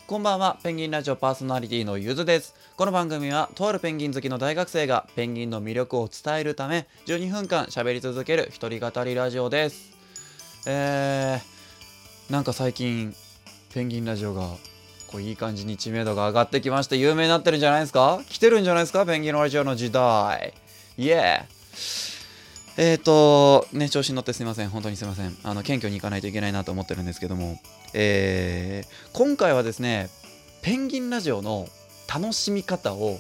こんばんは。ペンギンラジオパーソナリティのゆずです。この番組はとあるペンギン好きの大学生がペンギンの魅力を伝えるため12分間喋り続ける一人語りラジオです。なんか最近ペンギンラジオがいい感じに知名度が上がってきまして有名になってるんじゃないですか。来てるんじゃないですか、ペンギンラジオの時代。イエー。調子に乗ってすいません。本当にすいません。謙虚に行かないといけないなと思ってるんですけども、今回はですね、ペンギンラジオの楽しみ方を、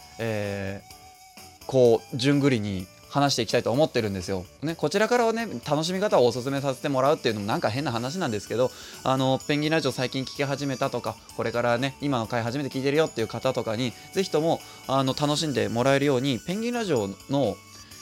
順繰りに話していきたいと思ってるんですよ。ね、こちらからはね、楽しみ方をおすすめさせてもらうっていうのもなんか変な話なんですけど、ペンギンラジオ最近聞き始めたとか、これからね、今の回初めて聞いてるよっていう方とかに、ぜひとも楽しんでもらえるように、ペンギンラジオの、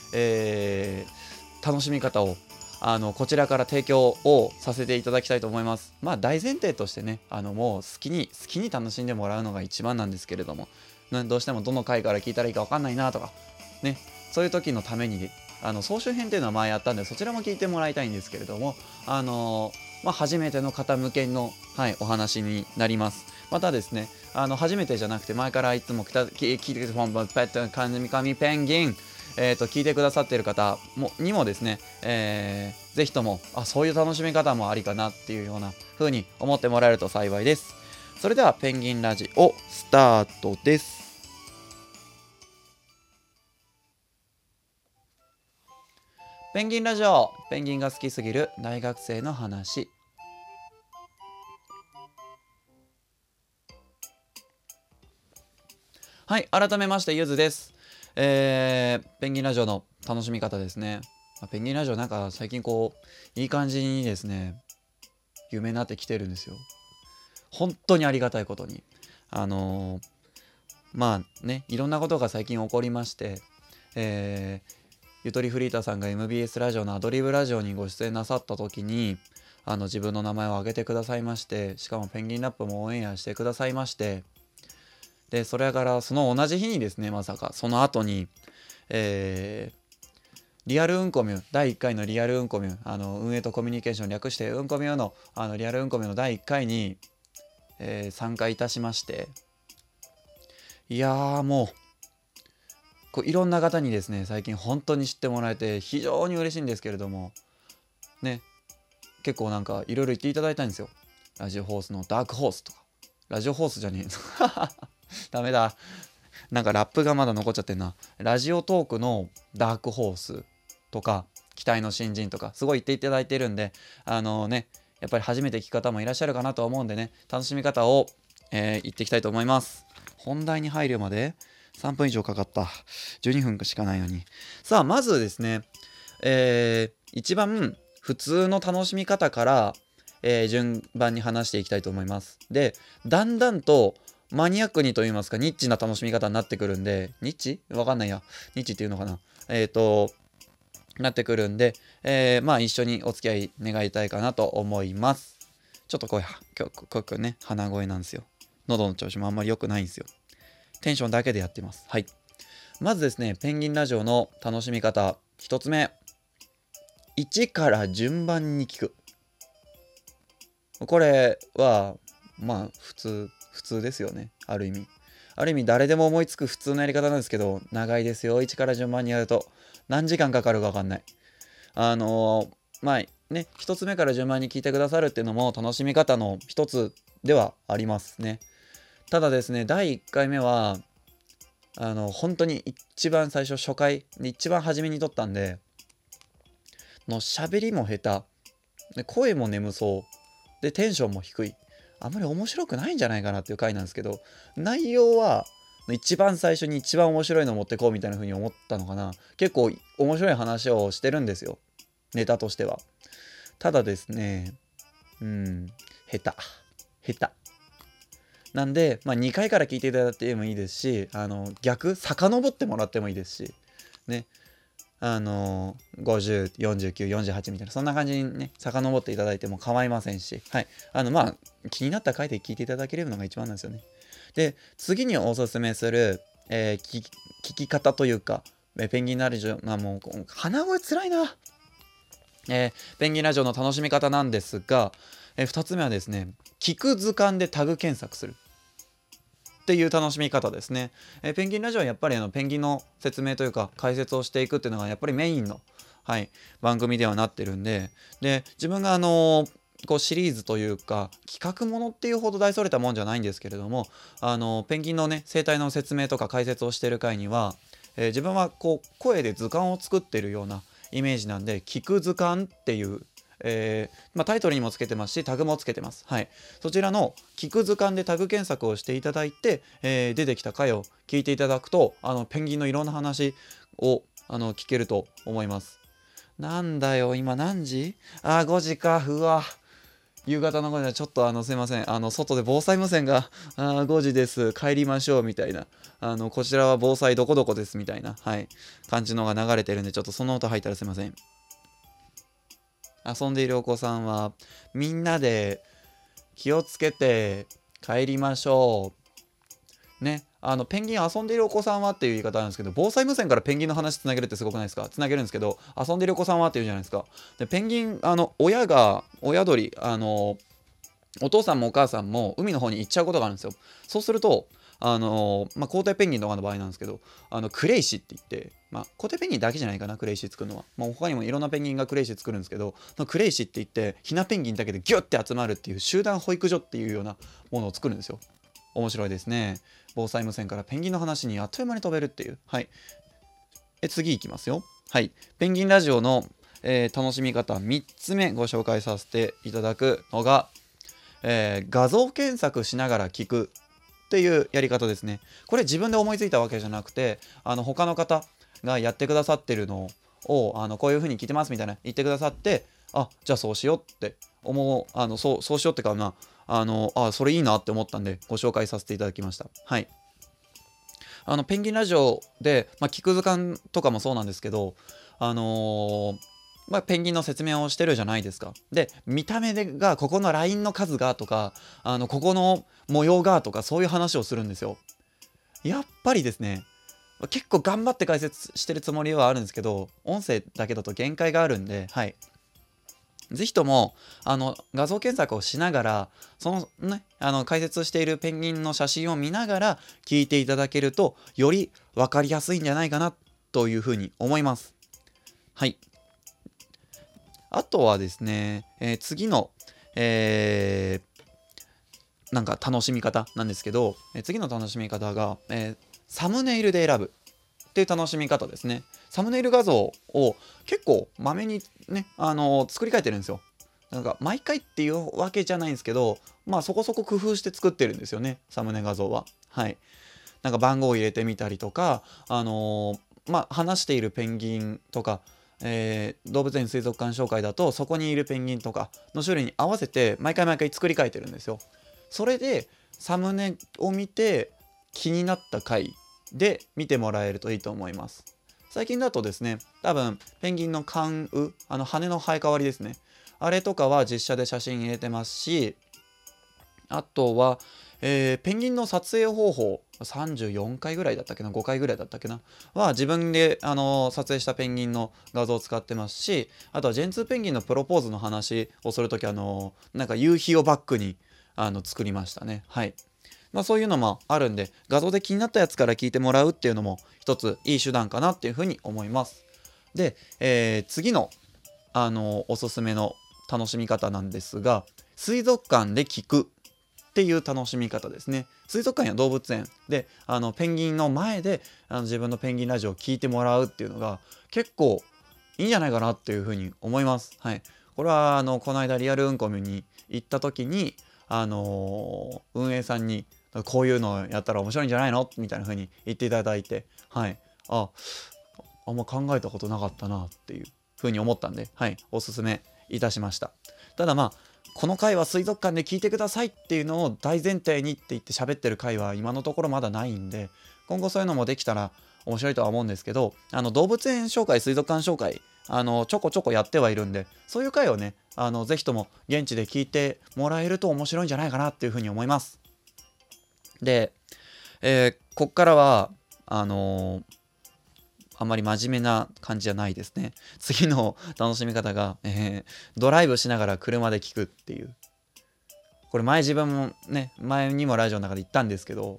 楽しみ方をこちらから提供をさせていただきたいと思います。大前提としてね、もう好きに楽しんでもらうのが一番なんですけれども、どうしてもどの回から聞いたらいいか分かんないなとかね、そういう時のために総集編っていうのは前やったんで、そちらも聞いてもらいたいんですけれども、初めての方向けの、お話になります。またですね、初めてじゃなくて前からいつも聞いてくれてるペット神ペンギン聞いてくださっている方にもですね、ぜひともそういう楽しみ方もありかなっていうような風に思ってもらえると幸いです。それではペンギンラジオスタートです。ペンギンラジオ、ペンギンが好きすぎる大学生の話。はい、改めましてゆずです。ペンギンラジオの楽しみ方ですね。ペンギンラジオなんか最近いい感じにですね、有名になってきてるんですよ。本当にありがたいことに。いろんなことが最近起こりまして、ゆとりフリータさんが MBS ラジオのアドリブラジオにご出演なさった時に自分の名前を挙げてくださいまして、しかもペンギンラップもオンエアしてくださいまして、でそれからその同じ日にですね、まさかその後に、リアルうんこみゅ第1回のリアルうんこみゅ運営とコミュニケーション略してうんこみゅのリアルうんこみゅの第1回に、参加いたしまして、いやーもういろんな方にですね最近本当に知ってもらえて非常に嬉しいんですけれどもね、結構なんかいろいろ言っていただいたんですよ。ラジオホースのダークホースとか、ラジオホースじゃねえダメだ、なんかラップがまだ残っちゃってんな。ラジオトークのダークホースとか期待の新人とかすごい言っていただいてるんで、やっぱり初めて聞く方もいらっしゃるかなと思うんでね、楽しみ方を、言っていきたいと思います。本題に入るまで3分以上かかった。12分しかないのに。さあまずですね、一番普通の楽しみ方から、順番に話していきたいと思います。でだんだんとマニアックにと言いますかニッチな楽しみ方になってくるんで、ニッチわかんないや、ニッチっていうのかな、なってくるんで、一緒にお付き合い願いたいかなと思います。ちょっと今日ね鼻声なんですよ。喉の調子もあんまり良くないんですよ。テンションだけでやってます。はい。まずですね、ペンギンラジオの楽しみ方1つ目、1から順番に聞く。これは普通ですよね。ある意味誰でも思いつく普通のやり方なんですけど、長いですよ。1から順番にやると何時間かかるか分かんない。1つ目から順番に聞いてくださるっていうのも楽しみ方の一つではありますね。ただですね、第1回目は本当に一番最初初回で一番初めに撮ったんで喋りも下手で声も眠そうでテンションも低い、あんまり面白くないんじゃないかなっていう回なんですけど、内容は一番最初に一番面白いの持ってこうみたいな風に思ったのかな。結構面白い話をしてるんですよ、ネタとしては。ただですね、下手なんで、2回から聞いていただいてもいいですし、遡ってもらってもいいですしね、50、49、48みたいなそんな感じにね遡っていただいても構いませんし、はい、気になった回で聞いていただければのが一番なんですよね。で次におすすめする、聞き方というか、ペンギンラジオもう鼻声つらいな、ペンギンラジオの楽しみ方なんですが、 2つ目はですね、聞く図鑑でタグ検索するっていう楽しみ方ですね。ペンギンラジオはやっぱりペンギンの説明というか解説をしていくっていうのがやっぱりメインの、番組ではなってるんで、自分がこうシリーズというか企画ものっていうほど大それたもんじゃないんですけれども、ペンギンのね生態の説明とか解説をしている回には、自分はこう声で図鑑を作っているようなイメージなんで、聞く図鑑っていう、タイトルにもつけてますしタグもつけてます。そちらの聞く図鑑でタグ検索をしていただいて、出てきた回を聞いていただくとペンギンのいろんな話を聞けると思います。なんだよ今何時？5時か。うわ、夕方の5時はちょっとすいません、外で防災無線が5時です帰りましょうみたいな、こちらは防災どこどこですみたいな、感じのが流れてるんで、ちょっとその音入ったらすいません。遊んでいるお子さんはみんなで気をつけて帰りましょうね。ペンギン遊んでいるお子さんはっていう言い方なんですけど、防災無線からペンギンの話つなげるってすごくないですか？つなげるんですけど、遊んでいるお子さんはっていうじゃないですか。でペンギン親鳥お父さんもお母さんも海の方に行っちゃうことがあるんですよ。そうすると皇帝ペンギンとかの場合なんですけど、クレイシって言って、皇帝ペンギンだけじゃないかな、クレイシ作るのは。他にもいろんなペンギンがクレイシ作るんですけど、そのクレイシって言ってヒナペンギンだけでギュッて集まるっていう集団保育所っていうようなものを作るんですよ。面白いですね。防災無線からペンギンの話にあっという間に飛べるっていう。次いきますよ。ペンギンラジオの、楽しみ方3つ目ご紹介させていただくのが、画像検索しながら聞くっていうやり方ですね。これ自分で思いついたわけじゃなくて、他の方がやってくださってるのをこういう風に聞いてますみたいな言ってくださって、じゃあそうしようって思う、そうしようってかな、それいいなって思ったんでご紹介させていただきました。ペンギンラジオで、聞く図鑑とかもそうなんですけど、ペンギンの説明をしてるじゃないですか。で見た目がここのラインの数がとかここの模様がとかそういう話をするんですよ。やっぱりですね、結構頑張って解説してるつもりはあるんですけど、音声だけだと限界があるんで、ぜひとも画像検索をしながらそのね解説しているペンギンの写真を見ながら聞いていただけるとより分かりやすいんじゃないかなというふうに思います。あとはですね、次の、なんか楽しみ方なんですけど、次の楽しみ方が、サムネイルで選ぶっていう楽しみ方ですね。サムネイル画像を結構まめにね、作り変えてるんですよ。なんか毎回っていうわけじゃないんですけど、そこそこ工夫して作ってるんですよね、サムネ画像は。なんか番号を入れてみたりとか、話しているペンギンとか、動物園水族館紹介だとそこにいるペンギンとかの種類に合わせて毎回作り変えてるんですよ。それでサムネを見て気になった回で見てもらえるといいと思います。最近だとですね、多分ペンギンの冠羽、羽の生え変わりですね、あれとかは実写で写真入れてますし、あとは、ペンギンの撮影方法34回ぐらいだったっけな、5回ぐらいだったっけなは自分で撮影したペンギンの画像を使ってますし、あとはジェンツーペンギンのプロポーズの話をするときなんか夕日をバックに作りましたね。そういうのもあるんで、画像で気になったやつから聞いてもらうっていうのも一ついい手段かなっていうふうに思います。で、次のおすすめの楽しみ方なんですが、水族館で聞くっていう楽しみ方ですね。水族館や動物園でペンギンの前で自分のペンギンラジオを聞いてもらうっていうのが結構いいんじゃないかなっていうふうに思います。これはこの間リアルうんこみに行った時に運営さんにこういうのをやったら面白いんじゃないのみたいな風に言っていただいて、あんま考えたことなかったなっていう風に思ったんで、おすすめいたしました。ただこの回は水族館で聞いてくださいっていうのを大前提にって言って喋ってる回は今のところまだないんで、今後そういうのもできたら面白いとは思うんですけど、動物園紹介、水族館紹介ちょこちょこやってはいるんで、そういう回をねぜひとも現地で聞いてもらえると面白いんじゃないかなっていうふうに思います。で、こっからはあんまり真面目な感じじゃないですね。次の楽しみ方が、ドライブしながら車で聞くっていうこれ前自分もね、前にもラジオの中で言ったんですけど、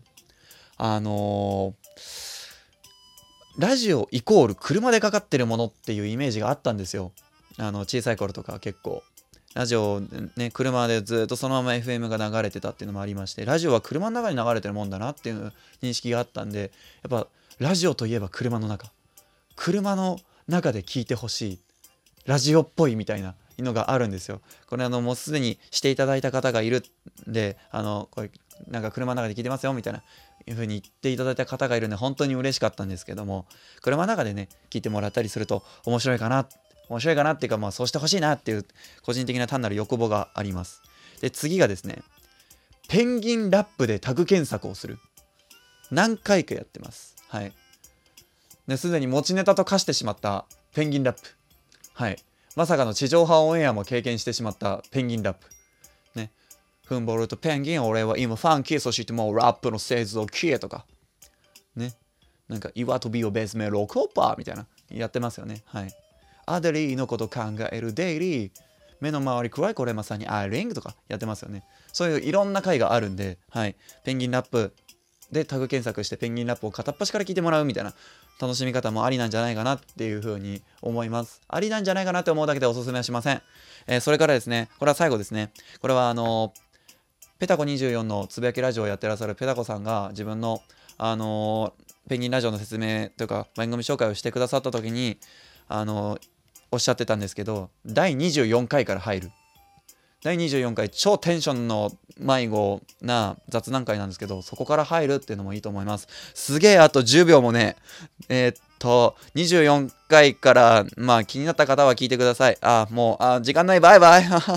ラジオイコール車でかかってるものっていうイメージがあったんですよ。小さい頃とか結構。ラジオね、車でずっとそのまま FM が流れてたっていうのもありまして、ラジオは車の中に流れてるもんだなっていう認識があったんで、やっぱラジオといえば車の中で聞いてほしい、ラジオっぽいみたいなのがあるんですよ。これもうすでにしていただいた方がいるんで、これなんか車の中で聞いてますよみたいないう風に言っていただいた方がいるんで、本当に嬉しかったんですけども、車の中でね聞いてもらったりすると面白いかなっていうか、まあそうしてほしいなっていう個人的な単なる欲望があります。で、次がですね、ペンギンラップでタグ検索をする。何回かやってます。はい。ですでに持ちネタと化してしまったペンギンラップ。はい。まさかの地上波オンエアも経験してしまったペンギンラップ。ね。フンボルトペンギン、俺は今ファンキー、そしてもうラップの製造消えとか。ね。なんか岩飛びをベースメロ6オッパーみたいな。やってますよね。はい。アデリーのこと考えるデイリー。目の周り暗い、これまさにアイリングとかやってますよね。そういういろんな回があるんで、はい。ペンギンラップでタグ検索してペンギンラップを片っ端から聞いてもらうみたいな楽しみ方もありなんじゃないかなっていう風に思います。ありなんじゃないかなって思うだけでおすすめはしません。それからですね、これは最後ですね。これはペタコ24のつぶやきラジオをやってらっしゃるペタコさんが自分のペンギンラジオの説明というか番組紹介をしてくださった時におっしゃってたんですけど、第24回から入る。第24回超テンションの迷子な雑談会なんですけど、そこから入るっていうのもいいと思います。すげえ、あと10秒もね、24回から、まあ気になった方は聞いてください。もう、時間ない、バイバイ